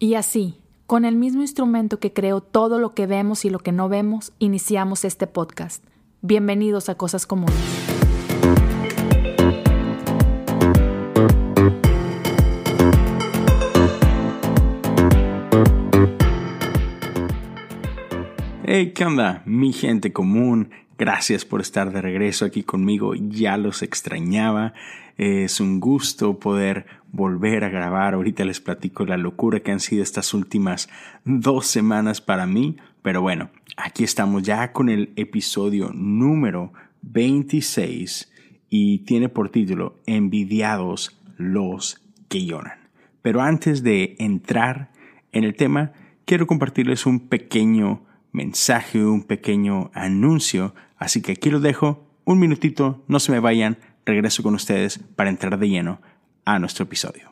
Y así, con el mismo instrumento que creó todo lo que vemos y lo que no vemos, iniciamos este podcast. Bienvenidos a Cosas Comunes. Hey, ¿qué onda? Mi gente común, gracias por estar de regreso aquí conmigo, ya los extrañaba, es un gusto poder volver a grabar. Ahorita les platico la locura que han sido estas últimas 2 semanas para mí, pero bueno, aquí estamos ya con el episodio número 26 y tiene por título Envidiados los que lloran. Pero antes de entrar en el tema, quiero compartirles un pequeño mensaje, un pequeño anuncio, así que aquí los dejo, un minutito, no se me vayan, regreso con ustedes para entrar de lleno a nuestro episodio.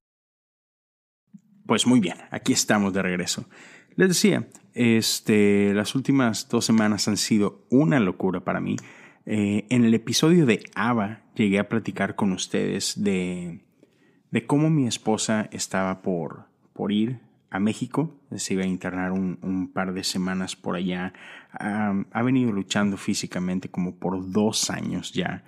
Pues muy bien, aquí estamos de regreso. Les decía, las últimas 2 semanas han sido una locura para mí. En el episodio de Ava llegué a platicar con ustedes de cómo mi esposa estaba por ir a México, se iba a internar un par de semanas por allá. Ha venido luchando físicamente como por 2 años ya,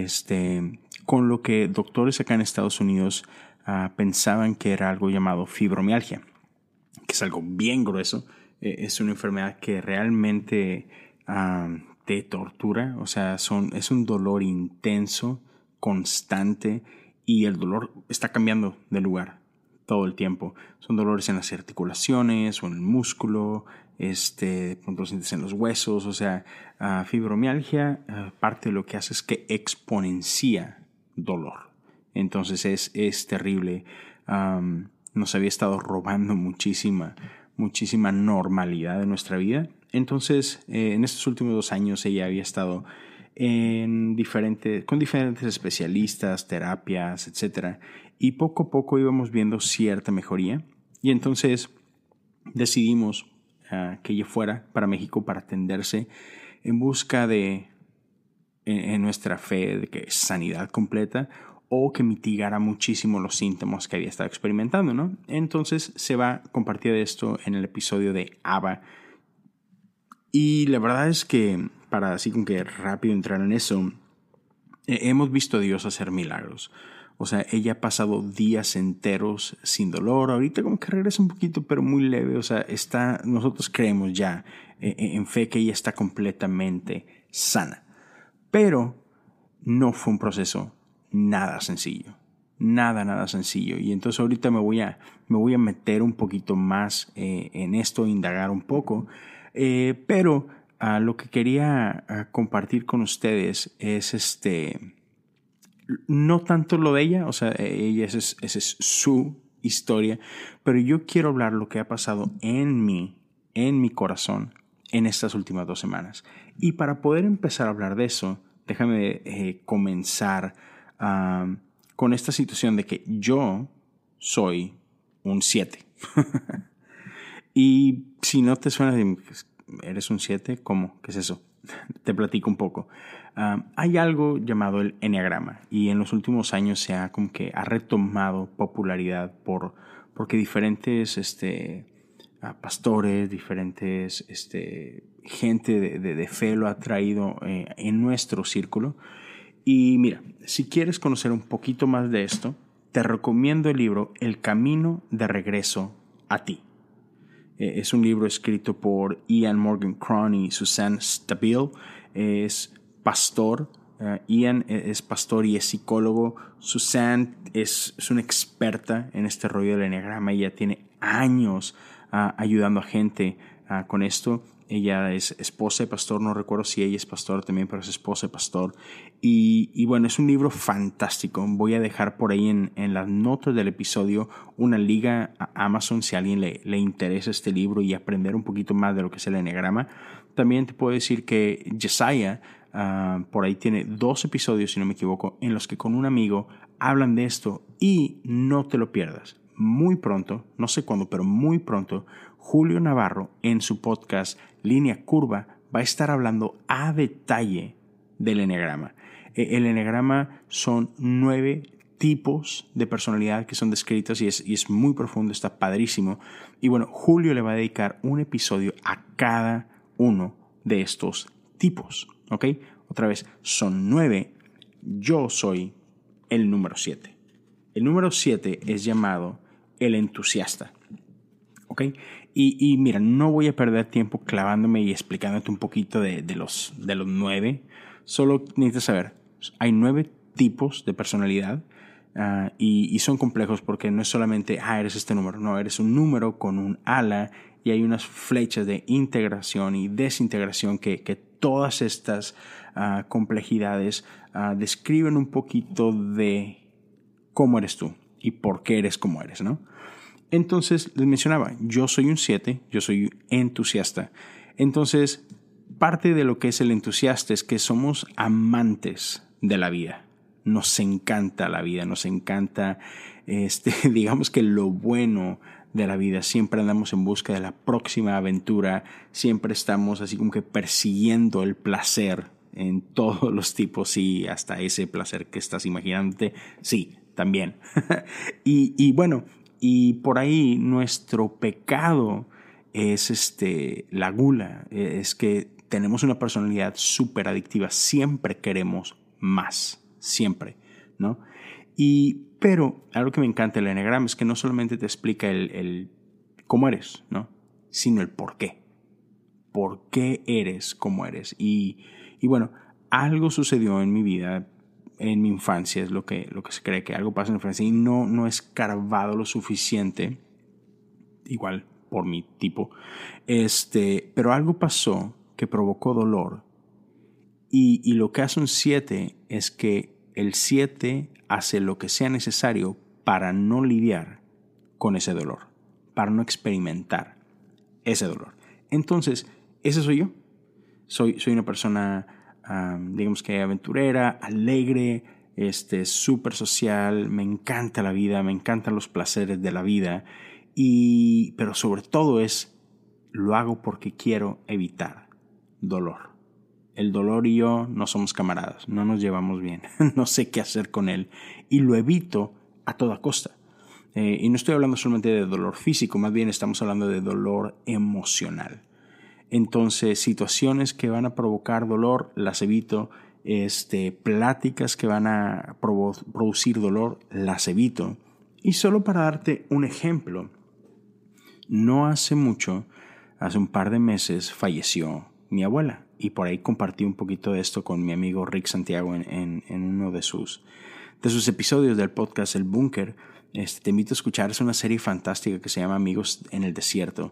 con lo que doctores acá en Estados Unidos pensaban que era algo llamado fibromialgia, que es algo bien grueso. Es una enfermedad que realmente te tortura, o sea, es un dolor intenso, constante, y el dolor está cambiando de lugar todo el tiempo. Son dolores en las articulaciones o en el músculo, pronto lo sientes en los huesos. O sea, fibromialgia, parte de lo que hace es que exponencia dolor. Entonces es terrible. Nos había estado robando muchísima normalidad de nuestra vida. Entonces, en estos últimos 2 años ella había estado con diferentes especialistas, terapias, etc. Y poco a poco íbamos viendo cierta mejoría. Y entonces decidimos que ella fuera para México para atenderse en busca de, en nuestra fe, de que es sanidad completa o que mitigara muchísimo los síntomas que había estado experimentando, ¿no? Entonces se va a compartir esto en el episodio de Ava. Y la verdad es que, para así como que rápido entrar en eso, hemos visto a Dios hacer milagros. O sea, ella ha pasado días enteros sin dolor. Ahorita como que regresa un poquito, pero muy leve. O sea, nosotros creemos ya en fe que ella está completamente sana. Pero no fue un proceso nada sencillo. Nada sencillo. Y entonces ahorita me voy a meter un poquito más en esto, indagar un poco. Pero lo que quería compartir con ustedes es no tanto lo de ella, o sea, esa es su historia, pero yo quiero hablar lo que ha pasado en mi corazón en estas últimas 2 semanas. Y para poder empezar a hablar de eso, déjame comenzar con esta situación de que yo soy un 7. Y si no te suena, ¿eres un 7? ¿Cómo? ¿Qué es eso? Te platico un poco. Hay algo llamado el eneagrama y en los últimos años se ha retomado popularidad porque diferentes pastores, diferentes gente de fe lo ha traído en nuestro círculo. Y mira, si quieres conocer un poquito más de esto, te recomiendo el libro El Camino de Regreso a Ti. Es un libro escrito por Ian Morgan Cron y Suzanne Stabile. Es pastor. Ian es pastor y es psicólogo. Suzanne es una experta en este rollo del eneagrama. Ella tiene años ayudando a gente con esto. Ella es esposa de pastor, no recuerdo si ella es pastor también, pero es esposa de pastor. Y bueno, es un libro fantástico. Voy a dejar por ahí en las notas del episodio una liga a Amazon si a alguien le interesa este libro y aprender un poquito más de lo que es el eneagrama. También te puedo decir que Jesiah por ahí tiene 2 episodios, si no me equivoco, en los que con un amigo hablan de esto y no te lo pierdas. Muy pronto, no sé cuándo, pero muy pronto, Julio Navarro en su podcast Línea Curva va a estar hablando a detalle del eneagrama. El eneagrama son 9 tipos de personalidad que son descritos y es muy profundo, está padrísimo. Y bueno, Julio le va a dedicar un episodio a cada uno de estos tipos, ¿ok? Otra vez, son 9. Yo soy el número 7. El número 7 es llamado el entusiasta, ¿ok? Y mira, no voy a perder tiempo clavándome y explicándote un poquito de los 9. Solo necesitas saber, hay 9 tipos de personalidad y son complejos porque no es solamente, eres este número. No, eres un número con un ala y hay unas flechas de integración y desintegración que todas estas complejidades describen un poquito de cómo eres tú y por qué eres como eres, ¿no? Entonces, les mencionaba, yo soy un 7, yo soy entusiasta. Entonces, parte de lo que es el entusiasta es que somos amantes de la vida. Nos encanta la vida, nos encanta, digamos que lo bueno de la vida. Siempre andamos en busca de la próxima aventura, siempre estamos así como que persiguiendo el placer en todos los tipos y hasta ese placer que estás imaginándote, sí, también. y bueno, y por ahí nuestro pecado es la gula, es que tenemos una personalidad súper adictiva, siempre queremos más, siempre, ¿no? Pero algo que me encanta del Enneagrama es que no solamente te explica el cómo eres, ¿no? Sino el por qué. ¿Por qué eres como eres? Y bueno, algo sucedió en mi vida, en mi infancia, es lo que se cree que algo pasa en la infancia y no he escarbado lo suficiente, igual por mi tipo, pero algo pasó que provocó dolor y lo que hace un 7 es que el 7 hace lo que sea necesario para no lidiar con ese dolor, para no experimentar ese dolor. Entonces, ese soy yo. Soy una persona, digamos que aventurera, alegre, súper social, me encanta la vida, me encantan los placeres de la vida, pero sobre todo lo hago porque quiero evitar dolor. El dolor y yo no somos camaradas, no nos llevamos bien, no sé qué hacer con él y lo evito a toda costa. Y no estoy hablando solamente de dolor físico, más bien estamos hablando de dolor emocional. Entonces, situaciones que van a provocar dolor, las evito. Pláticas que van a producir dolor, las evito. Y solo para darte un ejemplo, no hace mucho, hace un par de meses, falleció mi abuela. Y por ahí compartí un poquito de esto con mi amigo Rick Santiago en uno de sus episodios del podcast El Búnker. Te invito a escuchar, es una serie fantástica que se llama Amigos en el Desierto.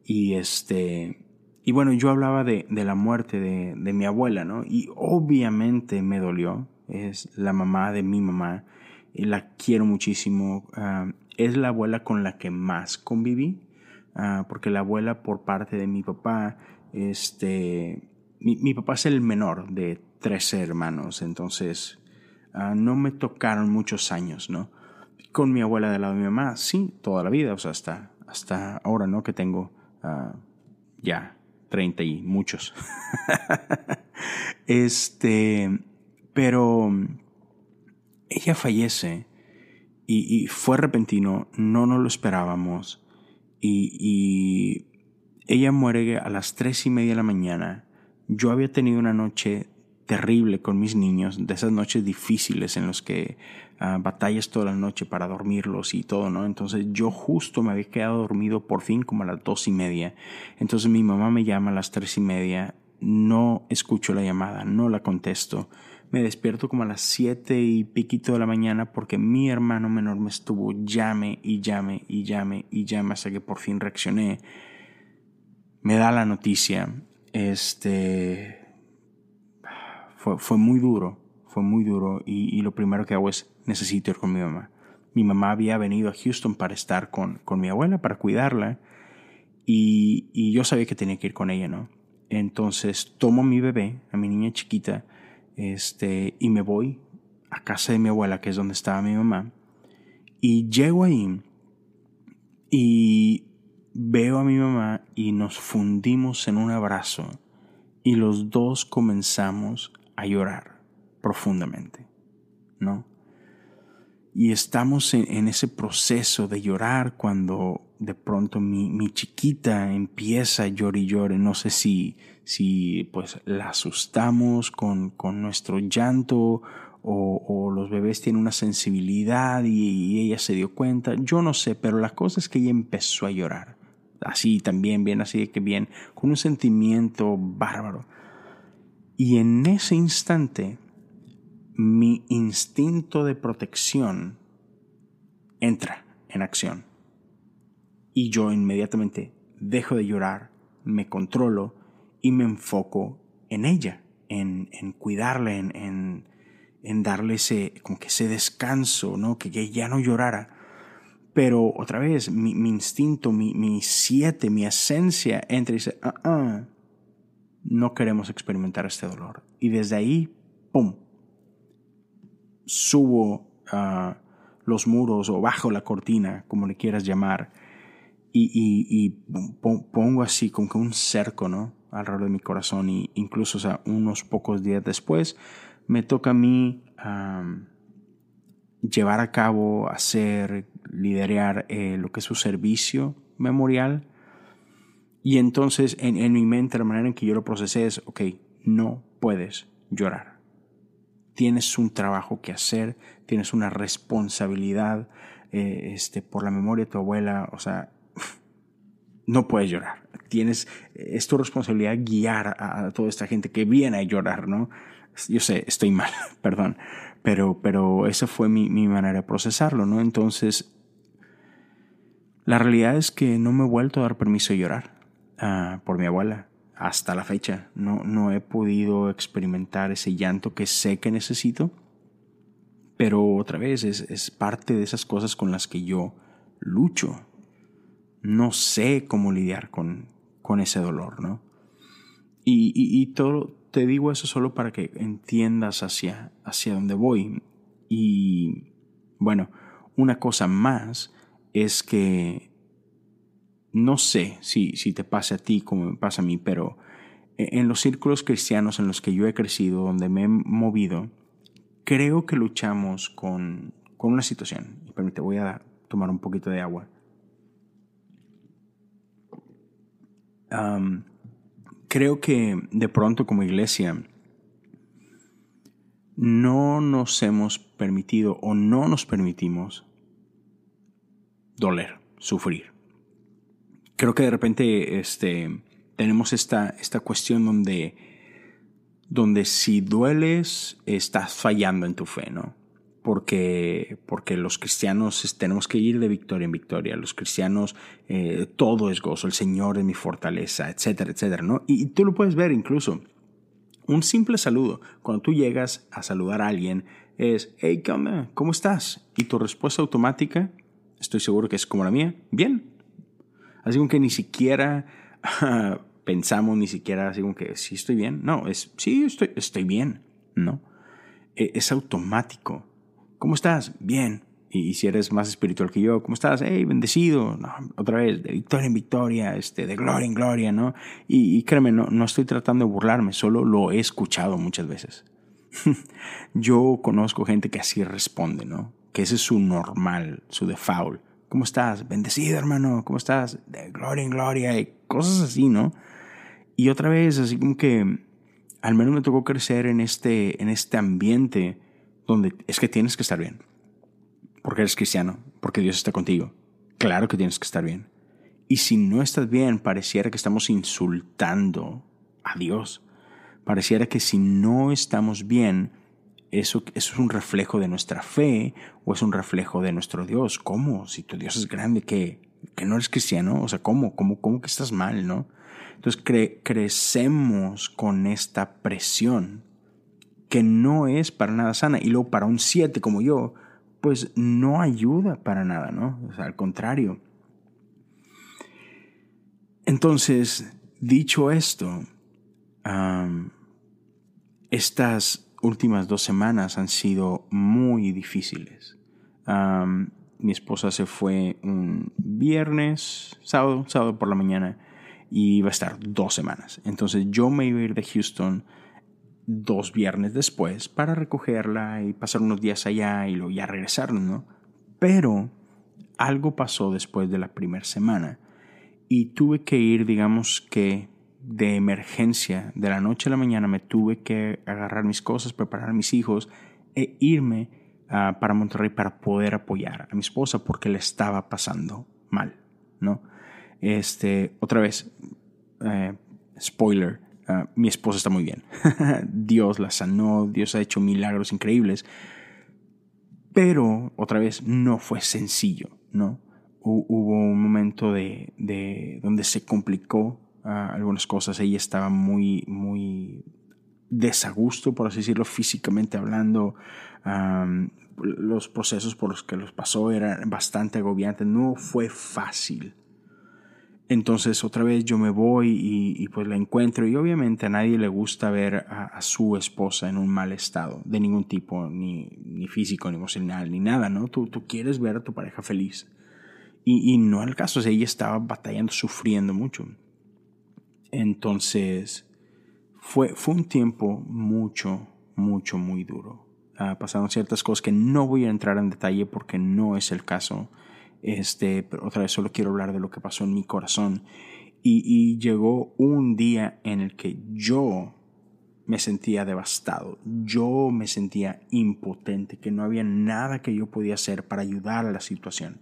Y bueno, yo hablaba de la muerte de mi abuela, ¿no? Y obviamente me dolió. Es la mamá de mi mamá. La quiero muchísimo. Es la abuela con la que más conviví. Porque la abuela por parte de mi papá, mi papá es el menor de 13 hermanos. Entonces, no me tocaron muchos años, ¿no? Con mi abuela del lado de mi mamá, sí, toda la vida. O sea, hasta ahora, ¿no? Que tengo ya 30 y muchos. Pero ella fallece y fue repentino, no nos lo esperábamos y ella muere a las 3:30 de la mañana. Yo había tenido una noche terrible con mis niños, de esas noches difíciles en los que batallas toda la noche para dormirlos y todo, ¿no? Entonces yo justo me había quedado dormido por fin como a las 2:30. Entonces mi mamá me llama a las 3:30, no escucho la llamada, no la contesto. Me despierto como a las 7 y piquito de la mañana porque mi hermano menor me estuvo llame hasta que por fin reaccioné. Me da la noticia. Fue muy duro y lo primero que hago es necesito ir con mi mamá. Mi mamá había venido a Houston para estar con mi abuela, para cuidarla y yo sabía que tenía que ir con ella, ¿no? Entonces tomo a mi bebé, a mi niña chiquita, y me voy a casa de mi abuela, que es donde estaba mi mamá, y llego ahí y veo a mi mamá y nos fundimos en un abrazo y los dos comenzamos a llorar profundamente, ¿no? Y estamos en ese proceso de llorar cuando de pronto mi chiquita empieza a llorar y llore. No sé si pues la asustamos con nuestro llanto o los bebés tienen una sensibilidad y ella se dio cuenta. Yo no sé, pero la cosa es que ella empezó a llorar. Así también, bien así de que bien, con un sentimiento bárbaro. Y en ese instante mi instinto de protección entra en acción y yo inmediatamente dejo de llorar, me controlo y me enfoco en ella, en cuidarla, en darle como que ese descanso, ¿no? Que ya no llorara. Pero otra vez mi instinto, mi esencia entra y dice, no queremos experimentar este dolor. Y desde ahí, ¡pum!, subo los muros o bajo la cortina, como le quieras llamar, y pongo así como que un cerco, ¿no?, alrededor de mi corazón. Y incluso, o sea, unos pocos días después me toca a mí llevar a cabo, liderar lo que es su servicio memorial. Y entonces en mi mente la manera en que yo lo procesé es, ok, no puedes llorar. Tienes un trabajo que hacer, tienes una responsabilidad por la memoria de tu abuela, o sea, no puedes llorar. Es tu responsabilidad guiar a toda esta gente que viene a llorar, ¿no? Yo sé, estoy mal, perdón, pero esa fue mi manera de procesarlo, ¿no? Entonces, la realidad es que no me he vuelto a dar permiso de llorar por mi abuela. Hasta la fecha no he podido experimentar ese llanto que sé que necesito, pero otra vez es parte de esas cosas con las que yo lucho. No sé cómo lidiar con ese dolor, ¿no? Y todo, te digo eso solo para que entiendas hacia dónde voy. Y bueno, una cosa más es que no sé si te pasa a ti como me pasa a mí, pero en los círculos cristianos en los que yo he crecido, donde me he movido, creo que luchamos con una situación. Y permíteme, voy a tomar un poquito de agua. Creo que de pronto como iglesia no nos hemos permitido o no nos permitimos doler, sufrir. Creo que de repente tenemos esta cuestión donde si dueles estás fallando en tu fe, ¿no? Porque los cristianos tenemos que ir de victoria en victoria. Los cristianos, todo es gozo, el Señor es mi fortaleza, etcétera, etcétera, ¿no? Y tú lo puedes ver incluso. Un simple saludo, cuando tú llegas a saludar a alguien, es, hey, ¿qué onda? ¿Cómo estás? Y tu respuesta automática, estoy seguro que es como la mía, bien. Así como que ni siquiera pensamos, ni siquiera así como que sí estoy bien. No, sí, estoy bien, ¿no? Es automático. ¿Cómo estás? Bien. Y si eres más espiritual que yo, ¿cómo estás? Hey, bendecido. No, otra vez, de victoria en victoria, de gloria en gloria, ¿no? Y créeme, no estoy tratando de burlarme, solo lo he escuchado muchas veces. Yo conozco gente que así responde, ¿no? Que ese es su normal, su default. ¿Cómo estás? Bendecido, hermano. ¿Cómo estás? De gloria en gloria y cosas así, ¿no? Y otra vez, así como que al menos me tocó crecer en este ambiente donde es que tienes que estar bien. Porque eres cristiano, porque Dios está contigo. Claro que tienes que estar bien. Y si no estás bien, pareciera que estamos insultando a Dios. Pareciera que si no estamos bien, eso es un reflejo de nuestra fe o es un reflejo de nuestro Dios. ¿Cómo? Si tu Dios es grande, ¿que no eres cristiano? O sea, ¿cómo que estás mal, no? Entonces crecemos con esta presión que no es para nada sana. Y luego para un 7 como yo, pues no ayuda para nada, ¿no? O sea, al contrario. Entonces, dicho esto, estas últimas 2 semanas han sido muy difíciles. Mi esposa se fue un sábado por la mañana, y iba a estar 2 semanas. Entonces yo me iba a ir de Houston 2 viernes después para recogerla y pasar unos días allá y luego ya regresarnos, ¿no? Pero algo pasó después de la primera semana y tuve que ir, digamos que de emergencia, de la noche a la mañana me tuve que agarrar mis cosas, preparar a mis hijos e irme para Monterrey para poder apoyar a mi esposa porque le estaba pasando mal, ¿no? Otra vez, spoiler, mi esposa está muy bien. Dios la sanó, Dios ha hecho milagros increíbles. Pero, otra vez, no fue sencillo, ¿no? Hubo un momento de donde se complicó algunas cosas. Ella estaba muy, muy desagusto, por así decirlo, físicamente hablando. Los procesos por los que los pasó eran bastante agobiantes. No fue fácil. Entonces otra vez yo me voy y pues la encuentro y obviamente a nadie le gusta ver a su esposa en un mal estado de ningún tipo, ni físico, ni emocional, ni nada, ¿no? Tú quieres ver a tu pareja feliz y no era el caso, o sea, ella estaba batallando, sufriendo mucho. Entonces fue un tiempo muy duro. Pasaron ciertas cosas que no voy a entrar en detalle porque no es el caso. Pero otra vez solo quiero hablar de lo que pasó en mi corazón. Y llegó un día en el que yo me sentía devastado. Yo me sentía impotente, que no había nada que yo podía hacer para ayudar a la situación.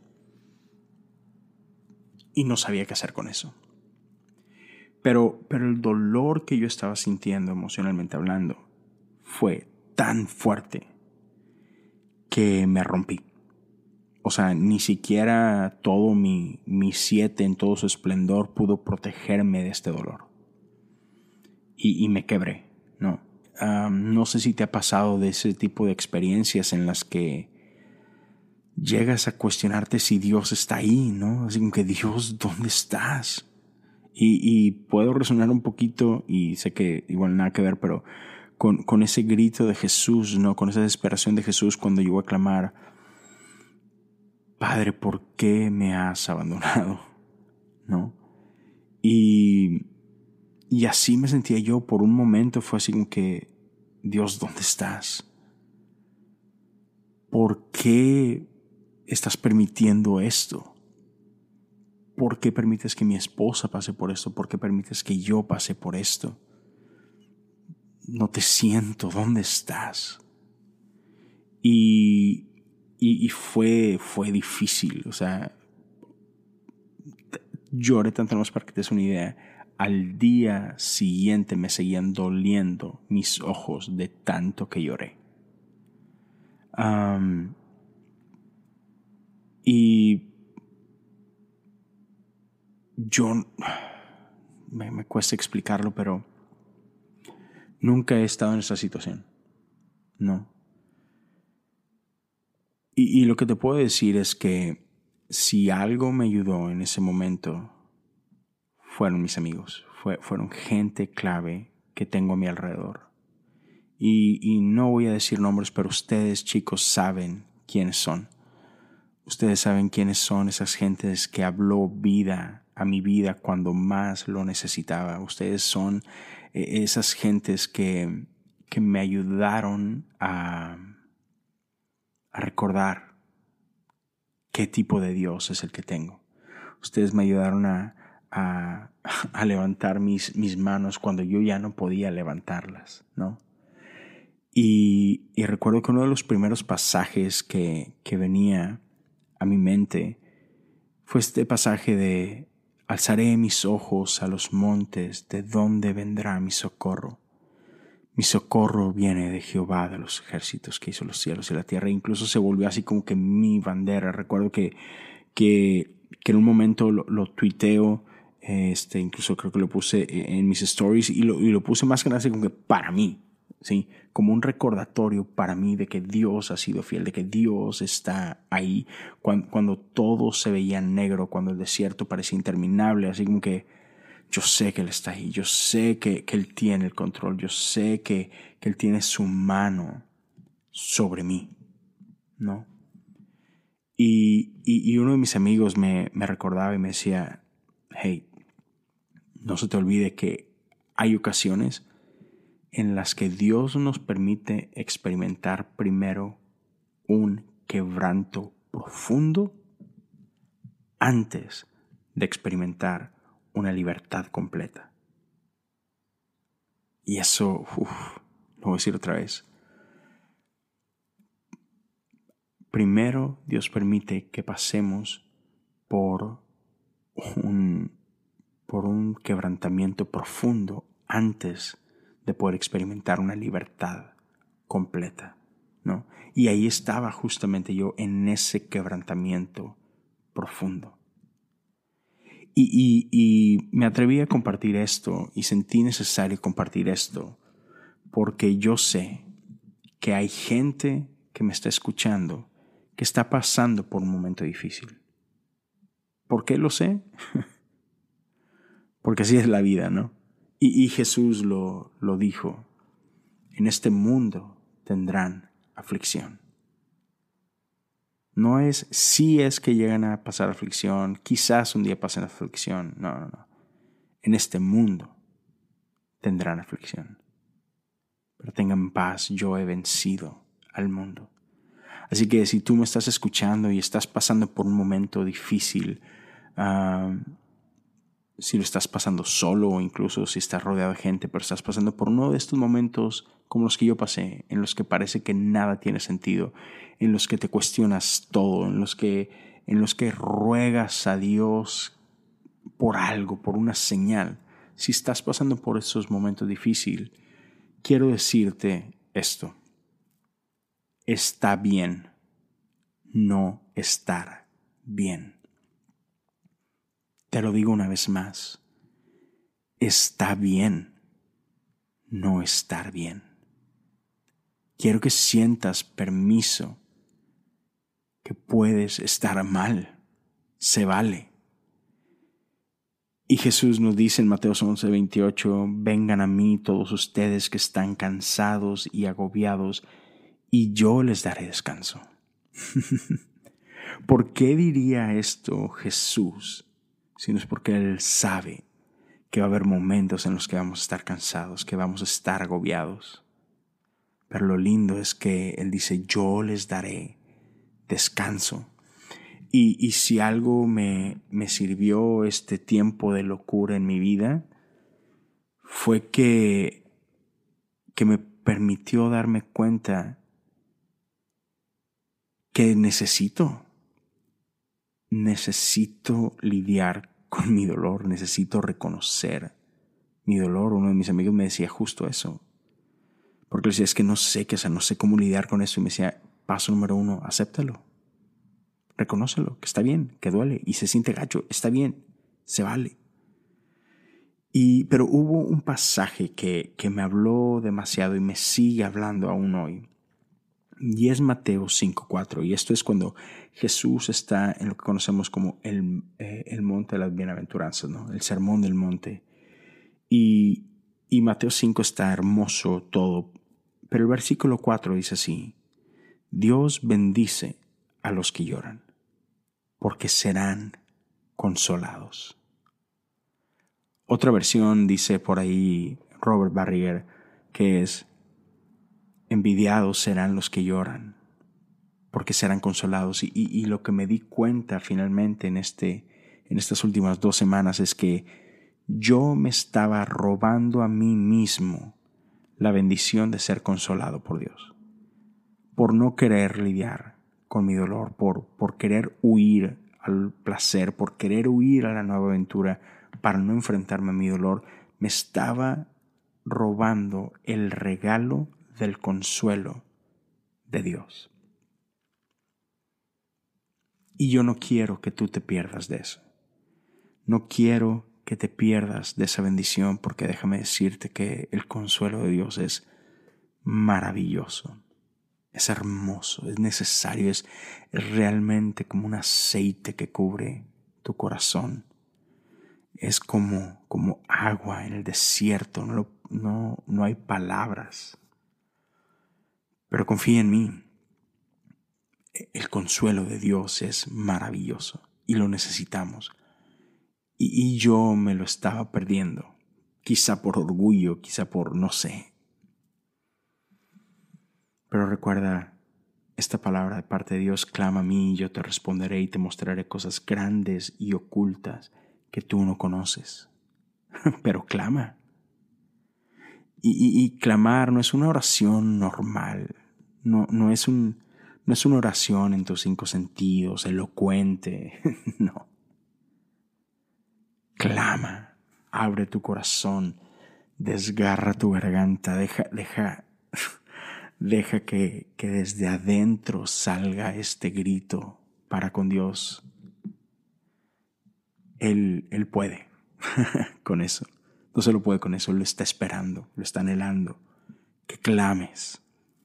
Y no sabía qué hacer con eso. Pero el dolor que yo estaba sintiendo emocionalmente hablando fue tan fuerte que me rompí. O sea, ni siquiera todo mi 7 en todo su esplendor pudo protegerme de este dolor. Y me quebré, ¿no? No sé si te ha pasado de ese tipo de experiencias en las que llegas a cuestionarte si Dios está ahí, ¿no? Así como que Dios, ¿dónde estás? Y puedo resonar un poquito, y sé que igual nada que ver, pero con ese grito de Jesús, ¿no? Con esa desesperación de Jesús cuando llegó a clamar: Padre, ¿por qué me has abandonado? ¿No? Y así me sentía yo por un momento. Fue así como que, Dios, ¿dónde estás? ¿Por qué estás permitiendo esto? ¿Por qué permites que mi esposa pase por esto? ¿Por qué permites que yo pase por esto? No te siento, ¿dónde estás? Y fue difícil, o sea, lloré tanto más para que te des una idea. Al día siguiente me seguían doliendo mis ojos de tanto que lloré. Y yo, me cuesta explicarlo, pero nunca he estado en esa situación. No. Y lo que te puedo decir es que si algo me ayudó en ese momento, fueron mis amigos. Fueron gente clave que tengo a mi alrededor. Y no voy a decir nombres, pero ustedes, chicos, saben quiénes son. Ustedes saben quiénes son esas gentes que habló vida a mi vida cuando más lo necesitaba. Ustedes son esas gentes que me ayudaron a recordar qué tipo de Dios es el que tengo. Ustedes me ayudaron a levantar mis manos cuando yo ya no podía levantarlas, ¿no? Y recuerdo que uno de los primeros pasajes que venía a mi mente fue este pasaje de: alzaré mis ojos a los montes, ¿de dónde vendrá mi socorro? Mi socorro viene de Jehová de los ejércitos, que hizo los cielos y la tierra. E incluso se volvió así como que mi bandera. Recuerdo que en un momento lo tuiteo, incluso creo que lo puse en mis stories y lo puse más que nada así como que para mí, ¿sí? Como un recordatorio para mí de que Dios ha sido fiel, de que Dios está ahí cuando todo se veía negro, cuando el desierto parecía interminable, así como que yo sé que Él está ahí, yo sé que Él tiene el control, yo sé que Él tiene su mano sobre mí, ¿no? Y uno de mis amigos me recordaba y me decía: hey, no se te olvide que hay ocasiones en las que Dios nos permite experimentar primero un quebranto profundo antes de experimentar una libertad completa. Y eso, lo voy a decir otra vez. Primero Dios permite que pasemos por un quebrantamiento profundo antes de poder experimentar una libertad completa, ¿no? Y ahí estaba justamente yo en ese quebrantamiento profundo. Y me atreví a compartir esto y sentí necesario compartir esto porque yo sé que hay gente que me está escuchando que está pasando por un momento difícil. ¿Por qué lo sé? Porque así es la vida, ¿no? Y Jesús lo dijo: en este mundo tendrán aflicción. No es si es que llegan a pasar aflicción, quizás un día pasen aflicción. No. En este mundo tendrán aflicción. Pero tengan paz, yo he vencido al mundo. Así que si tú me estás escuchando y estás pasando por un momento difícil, si lo estás pasando solo o incluso si estás rodeado de gente, pero estás pasando por uno de estos momentos como los que yo pasé, en los que parece que nada tiene sentido, en los que te cuestionas todo, en los que ruegas a Dios por algo, por una señal. Si estás pasando por esos momentos difíciles, quiero decirte esto: está bien no estar bien. Te lo digo una vez más, está bien no estar bien. Quiero que sientas permiso, que puedes estar mal, se vale. Y Jesús nos dice en Mateo 11:28, vengan a mí todos ustedes que están cansados y agobiados, y yo les daré descanso. ¿Por qué diría esto Jesús? Sino es porque Él sabe que va a haber momentos en los que vamos a estar cansados, que vamos a estar agobiados. Pero lo lindo es que Él dice, yo les daré descanso. Y si algo me sirvió este tiempo de locura en mi vida, fue que me permitió darme cuenta que necesito lidiar con mi dolor, necesito reconocer mi dolor. Uno de mis amigos me decía justo eso, porque le decía, es que no sé no sé cómo lidiar con eso, y me decía, paso número 1, acéptalo, reconócelo, que está bien, que duele y se siente gacho, está bien, se vale. Pero hubo un pasaje que me habló demasiado y me sigue hablando aún hoy. Y es Mateo 5:4, y esto es cuando Jesús está en lo que conocemos como el monte de las bienaventuranzas, ¿no? El sermón del monte. Y Mateo 5 está hermoso todo, pero el versículo 4 dice así: Dios bendice a los que lloran, porque serán consolados. Otra versión dice por ahí Robert Barrier, que es: envidiados serán los que lloran, porque serán consolados. Y lo que me di cuenta finalmente en estas últimas 2 semanas es que yo me estaba robando a mí mismo la bendición de ser consolado por Dios, por no querer lidiar con mi dolor, por querer huir al placer, por querer huir a la nueva aventura, para no enfrentarme a mi dolor. Me estaba robando el regalo del consuelo de Dios. Y yo no quiero que tú te pierdas de eso. No quiero que te pierdas de esa bendición, porque déjame decirte que el consuelo de Dios es maravilloso, es hermoso, es necesario, es realmente como un aceite que cubre tu corazón. Es como agua en el desierto, no hay palabras. Pero confía en mí, el consuelo de Dios es maravilloso y lo necesitamos. Y yo me lo estaba perdiendo, quizá por orgullo, quizá por no sé, recuerda esta palabra de parte de Dios: clama a mí y yo te responderé y te mostraré cosas grandes y ocultas que tú no conoces. Pero clama. Y clamar no es una oración normal, no es una oración en tus 5 sentidos, elocuente, no. Clama, abre tu corazón, desgarra tu garganta, deja que desde adentro salga este grito para con Dios. Él puede con eso. No solo puede con eso, lo está esperando, lo está anhelando. Que clames.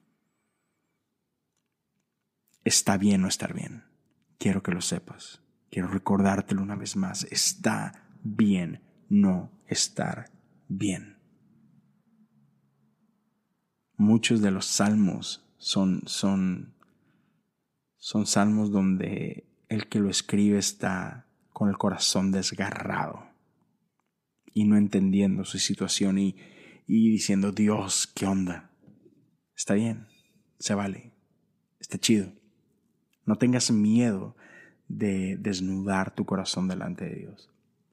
Está bien no estar bien. Quiero que lo sepas. Quiero recordártelo una vez más. Está bien no estar bien. Muchos de los salmos son salmos donde el que lo escribe está con el corazón desgarrado y no entendiendo su situación y diciendo: Dios, ¿qué onda? Está bien, se vale, está chido. No tengas miedo de desnudar tu corazón delante de Dios.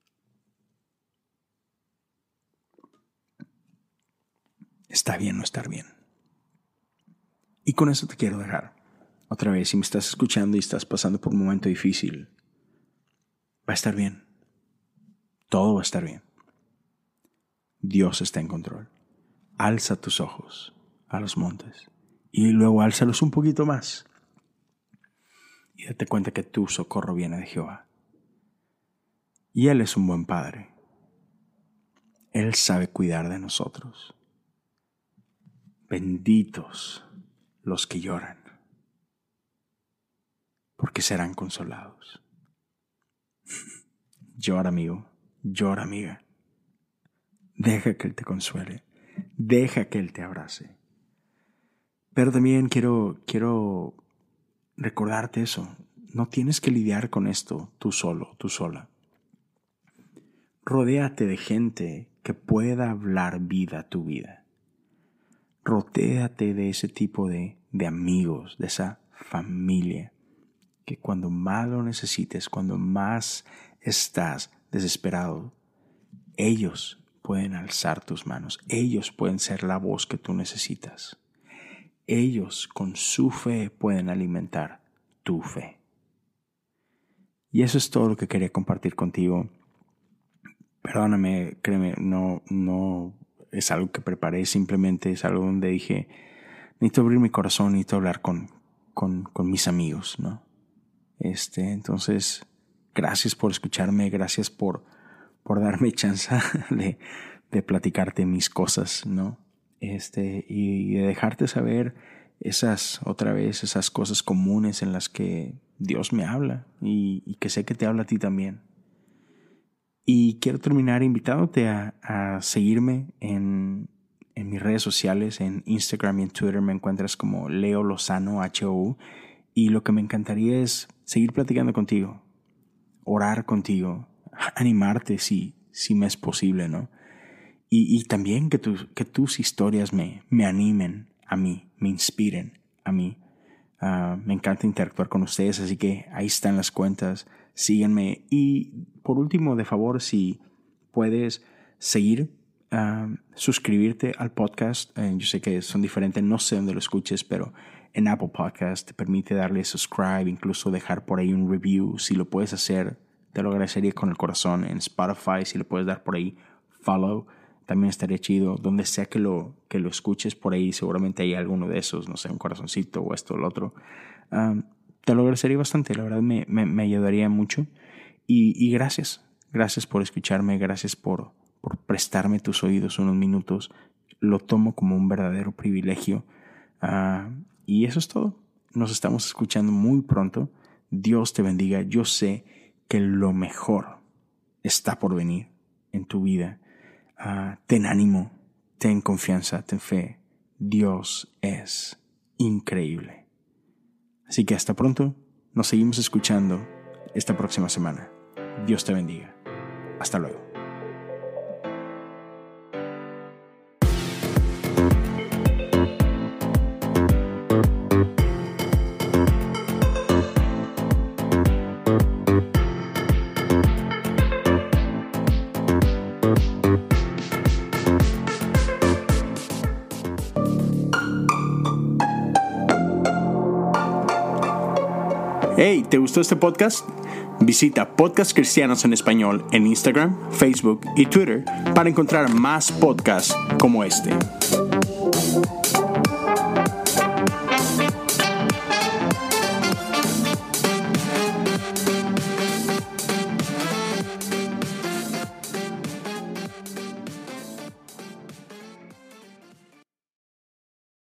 Está bien no estar bien. Y con eso te quiero dejar. Otra vez, si me estás escuchando y estás pasando por un momento difícil, va a estar bien. Todo va a estar bien. Dios está en control. Alza tus ojos a los montes y luego álzalos un poquito más y date cuenta que tu socorro viene de Jehová. Y Él es un buen Padre. Él sabe cuidar de nosotros. Benditos los que lloran, porque serán consolados. Llora, amigo, llora, amiga. Deja que Él te consuele, deja que Él te abrace. Pero también quiero recordarte eso. No tienes que lidiar con esto tú solo, tú sola. Rodéate de gente que pueda hablar vida a tu vida. Rodéate de ese tipo de amigos, de esa familia, que cuando más lo necesites, cuando más estás desesperado, ellos pueden alzar tus manos. Ellos pueden ser la voz que tú necesitas. Ellos con su fe pueden alimentar tu fe. Y eso es todo lo que quería compartir contigo. Perdóname, créeme, no es algo que preparé, simplemente es algo donde dije: necesito abrir mi corazón, necesito hablar con mis amigos, ¿no? Entonces, gracias por escucharme, gracias por darme chance de platicarte mis cosas, ¿no? Y de dejarte saber esas cosas comunes en las que Dios me habla y que sé que te habla a ti también. Y quiero terminar invitándote a seguirme en mis redes sociales, en Instagram y en Twitter me encuentras como Leo Lozano, HOU. Y lo que me encantaría es seguir platicando contigo, orar contigo, animarte si me es posible, ¿no? Y también que tus historias me animen a mí, me inspiren a mí. Me encanta interactuar con ustedes, así que ahí están las cuentas, síganme. Y por último, de favor, si puedes seguir, suscribirte al podcast. Yo sé que son diferentes, no sé dónde lo escuches, pero en Apple Podcast te permite darle subscribe, incluso dejar por ahí un review. Si lo puedes hacer, te lo agradecería con el corazón. En Spotify, si le puedes dar por ahí follow, también estaría chido. Donde sea que lo escuches por ahí, seguramente hay alguno de esos, no sé, un corazoncito o esto o lo otro. Te lo agradecería bastante, la verdad me ayudaría mucho. Y gracias por escucharme, gracias por prestarme tus oídos unos minutos. Lo tomo como un verdadero privilegio. Y eso es todo. Nos estamos escuchando muy pronto. Dios te bendiga. Yo sé que lo mejor está por venir en tu vida. Ten ánimo, ten confianza, ten fe. Dios es increíble. Así que hasta pronto. Nos seguimos escuchando esta próxima semana. Dios te bendiga. Hasta luego. Hey, ¿te gustó este podcast? Visita Podcast Cristianos en Español en Instagram, Facebook y Twitter para encontrar más podcasts como este.